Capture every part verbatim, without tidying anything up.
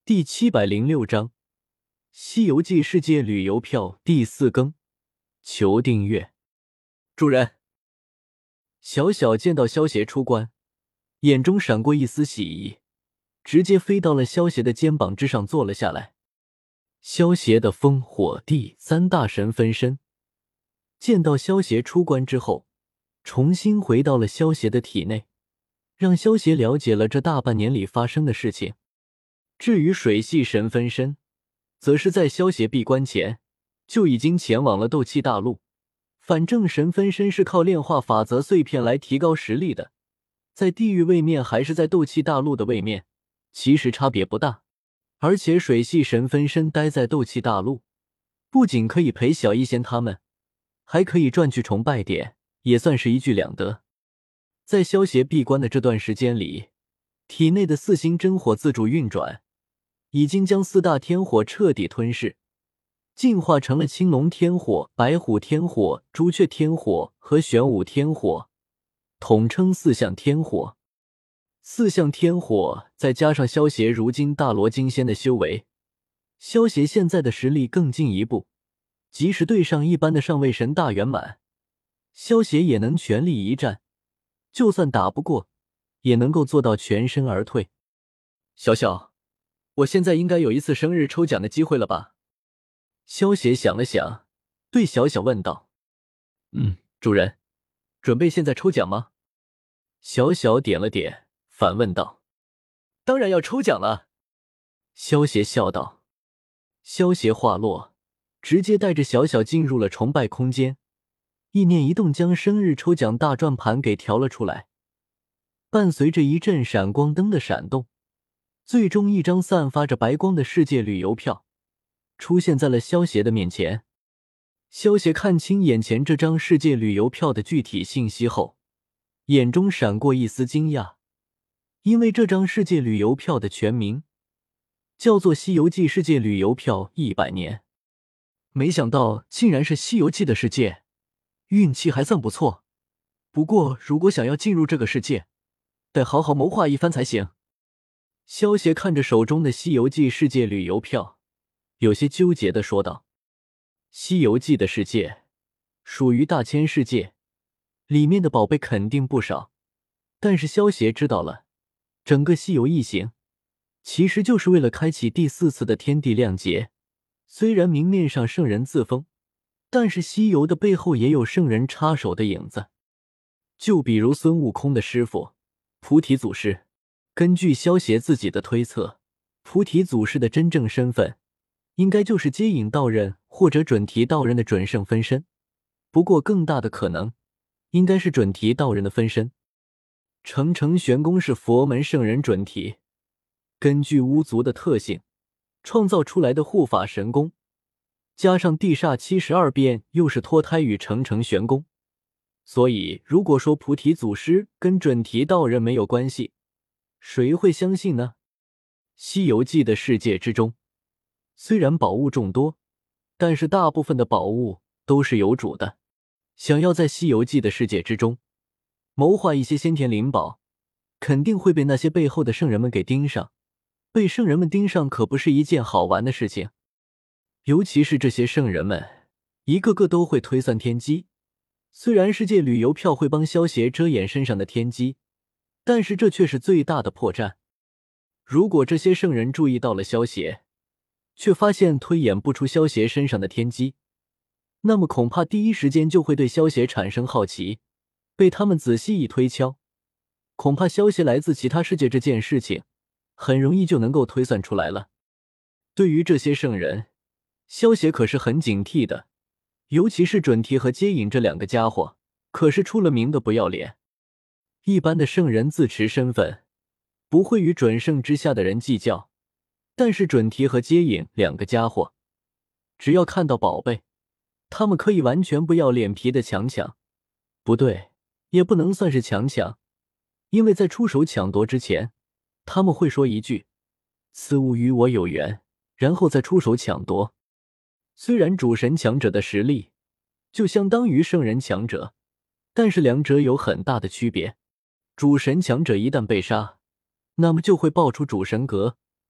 第七百零六章西游记世界旅游票第四更，求订阅。主人，小小见到萧协出关，眼中闪过一丝喜意，直接飞到了萧协的肩膀之上坐了下来。萧协的风火地三大神分身见到萧协出关之后，重新回到了萧协的体内，让萧协了解了这大半年里发生的事情。至于水系神分身，则是在萧协闭关前就已经前往了斗气大陆。反正神分身是靠炼化法则碎片来提高实力的，在地狱位面还是在斗气大陆的位面，其实差别不大。而且水系神分身待在斗气大陆，不仅可以陪小一仙他们，还可以赚取崇拜点，也算是一举两得。在萧协闭关的这段时间里，体内的四星真火自主运转，已经将四大天火彻底吞噬，进化成了青龙天火、白虎天火、朱雀天火和玄武天火，统称四象天火。四象天火再加上萧协如今大罗金仙的修为，萧协现在的实力更进一步，即使对上一般的上位神大圆满，萧协也能全力一战，就算打不过，也能够做到全身而退。小小，我现在应该有一次生日抽奖的机会了吧？萧协想了想，对小小问道。嗯，主人，准备现在抽奖吗？小小点了点，反问道。当然要抽奖了。萧协笑道。萧协话落，直接带着小小进入了崇拜空间，意念一动，将生日抽奖大转盘给调了出来，伴随着一阵闪光灯的闪动，最终一张散发着白光的世界旅游票出现在了萧协的面前。萧协看清眼前这张世界旅游票的具体信息后，眼中闪过一丝惊讶，因为这张世界旅游票的全名叫做《西游记世界旅游票一百年》。没想到竟然是西游记的世界，运气还算不错。不过如果想要进入这个世界，得好好谋划一番才行。萧协看着手中的西游记世界旅游票，有些纠结地说道。西游记的世界属于大千世界，里面的宝贝肯定不少，但是萧协知道了，整个西游一行其实就是为了开启第四次的天地亮劫。虽然明面上圣人自封，但是西游的背后也有圣人插手的影子。就比如孙悟空的师傅菩提祖师，根据萧协自己的推测，菩提祖师的真正身份应该就是接引道人或者准提道人的准圣分身，不过更大的可能应该是准提道人的分身。成成玄功是佛门圣人准提根据巫族的特性创造出来的护法神功，加上地煞七十二变又是脱胎于成成玄功，所以如果说菩提祖师跟准提道人没有关系，谁会相信呢？西游记的世界之中，虽然宝物众多，但是大部分的宝物都是有主的。想要在西游记的世界之中谋划一些先天灵宝，肯定会被那些背后的圣人们给盯上。被圣人们盯上可不是一件好玩的事情，尤其是这些圣人们一个个都会推算天机。虽然世界旅游票会帮萧协遮掩身上的天机，但是这却是最大的破绽。如果这些圣人注意到了萧协，却发现推演不出萧协身上的天机，那么恐怕第一时间就会对萧协产生好奇，被他们仔细一推敲，恐怕萧协来自其他世界这件事情很容易就能够推算出来了。对于这些圣人，萧协可是很警惕的，尤其是准提和接引这两个家伙，可是出了名的不要脸。一般的圣人自持身份，不会与准圣之下的人计较，但是准提和接引两个家伙，只要看到宝贝，他们可以完全不要脸皮的强抢。不对，也不能算是强抢，因为在出手抢夺之前，他们会说一句此物与我有缘，然后再出手抢夺。虽然主神强者的实力就相当于圣人强者，但是两者有很大的区别。主神强者一旦被杀，那么就会爆出主神格，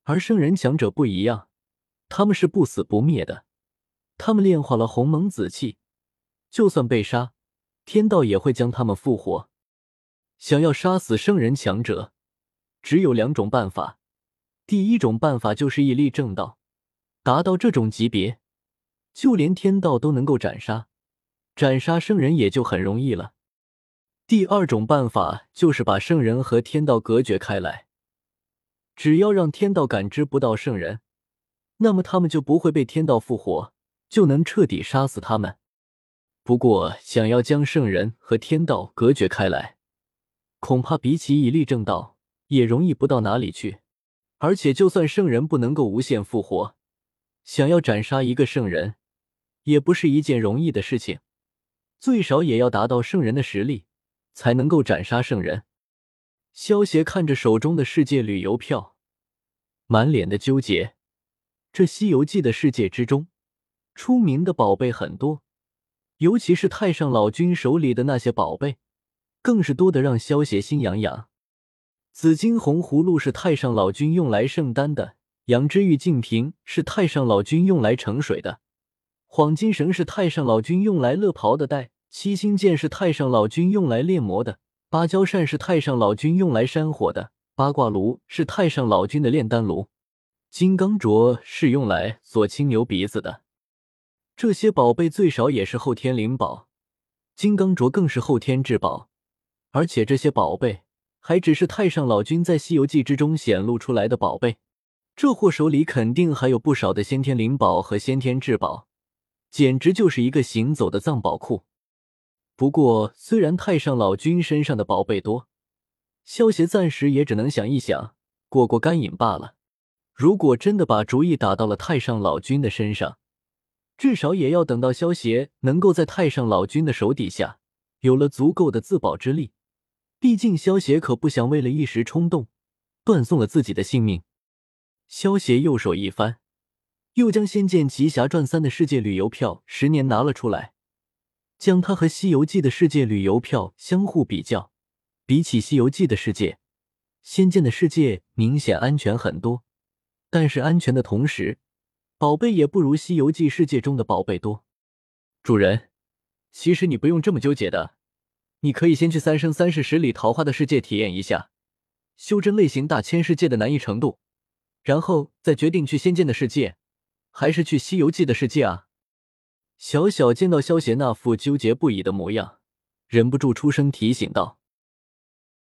而圣人强者不一样，他们是不死不灭的，他们炼化了鸿蒙紫气，就算被杀，天道也会将他们复活。想要杀死圣人强者，只有两种办法。第一种办法就是屹立正道，达到这种级别，就连天道都能够斩杀，斩杀圣人也就很容易了。第二种办法就是把圣人和天道隔绝开来，只要让天道感知不到圣人，那么他们就不会被天道复活，就能彻底杀死他们。不过想要将圣人和天道隔绝开来，恐怕比起屹立正道也容易不到哪里去。而且就算圣人不能够无限复活，想要斩杀一个圣人也不是一件容易的事情，最少也要达到圣人的实力才能够斩杀圣人。萧协看着手中的世界旅游票，满脸的纠结。这西游记的世界之中，出名的宝贝很多，尤其是太上老君手里的那些宝贝，更是多得让萧协心痒痒。紫金红葫芦是太上老君用来圣丹的，阳之玉净瓶是太上老君用来盛水的，黄金绳是太上老君用来勒袍的带，七星剑是太上老君用来炼魔的，芭蕉扇是太上老君用来山火的，八卦炉是太上老君的炼丹炉，金刚镯是用来锁青牛鼻子的。这些宝贝最少也是后天灵宝，金刚镯更是后天至宝，而且这些宝贝还只是太上老君在西游记之中显露出来的宝贝，这货手里肯定还有不少的先天灵宝和先天至宝，简直就是一个行走的藏宝库。不过虽然太上老君身上的宝贝多，萧协暂时也只能想一想，过过干瘾罢了。如果真的把主意打到了太上老君的身上，至少也要等到萧协能够在太上老君的手底下有了足够的自保之力，毕竟萧协可不想为了一时冲动断送了自己的性命。萧协右手一翻，又将《仙剑奇侠传三》的世界旅游票十年拿了出来，将它和《西游记》的世界旅游票相互比较。比起《西游记》的世界，《仙剑》的世界明显安全很多，但是安全的同时，宝贝也不如《西游记》世界中的宝贝多。主人，其实你不用这么纠结的，你可以先去三生三世十里桃花的世界体验一下修真类型大千世界的难易程度，然后再决定去仙剑的世界还是去西游记的世界啊。小小见到萧协那副纠结不已的模样，忍不住出声提醒道。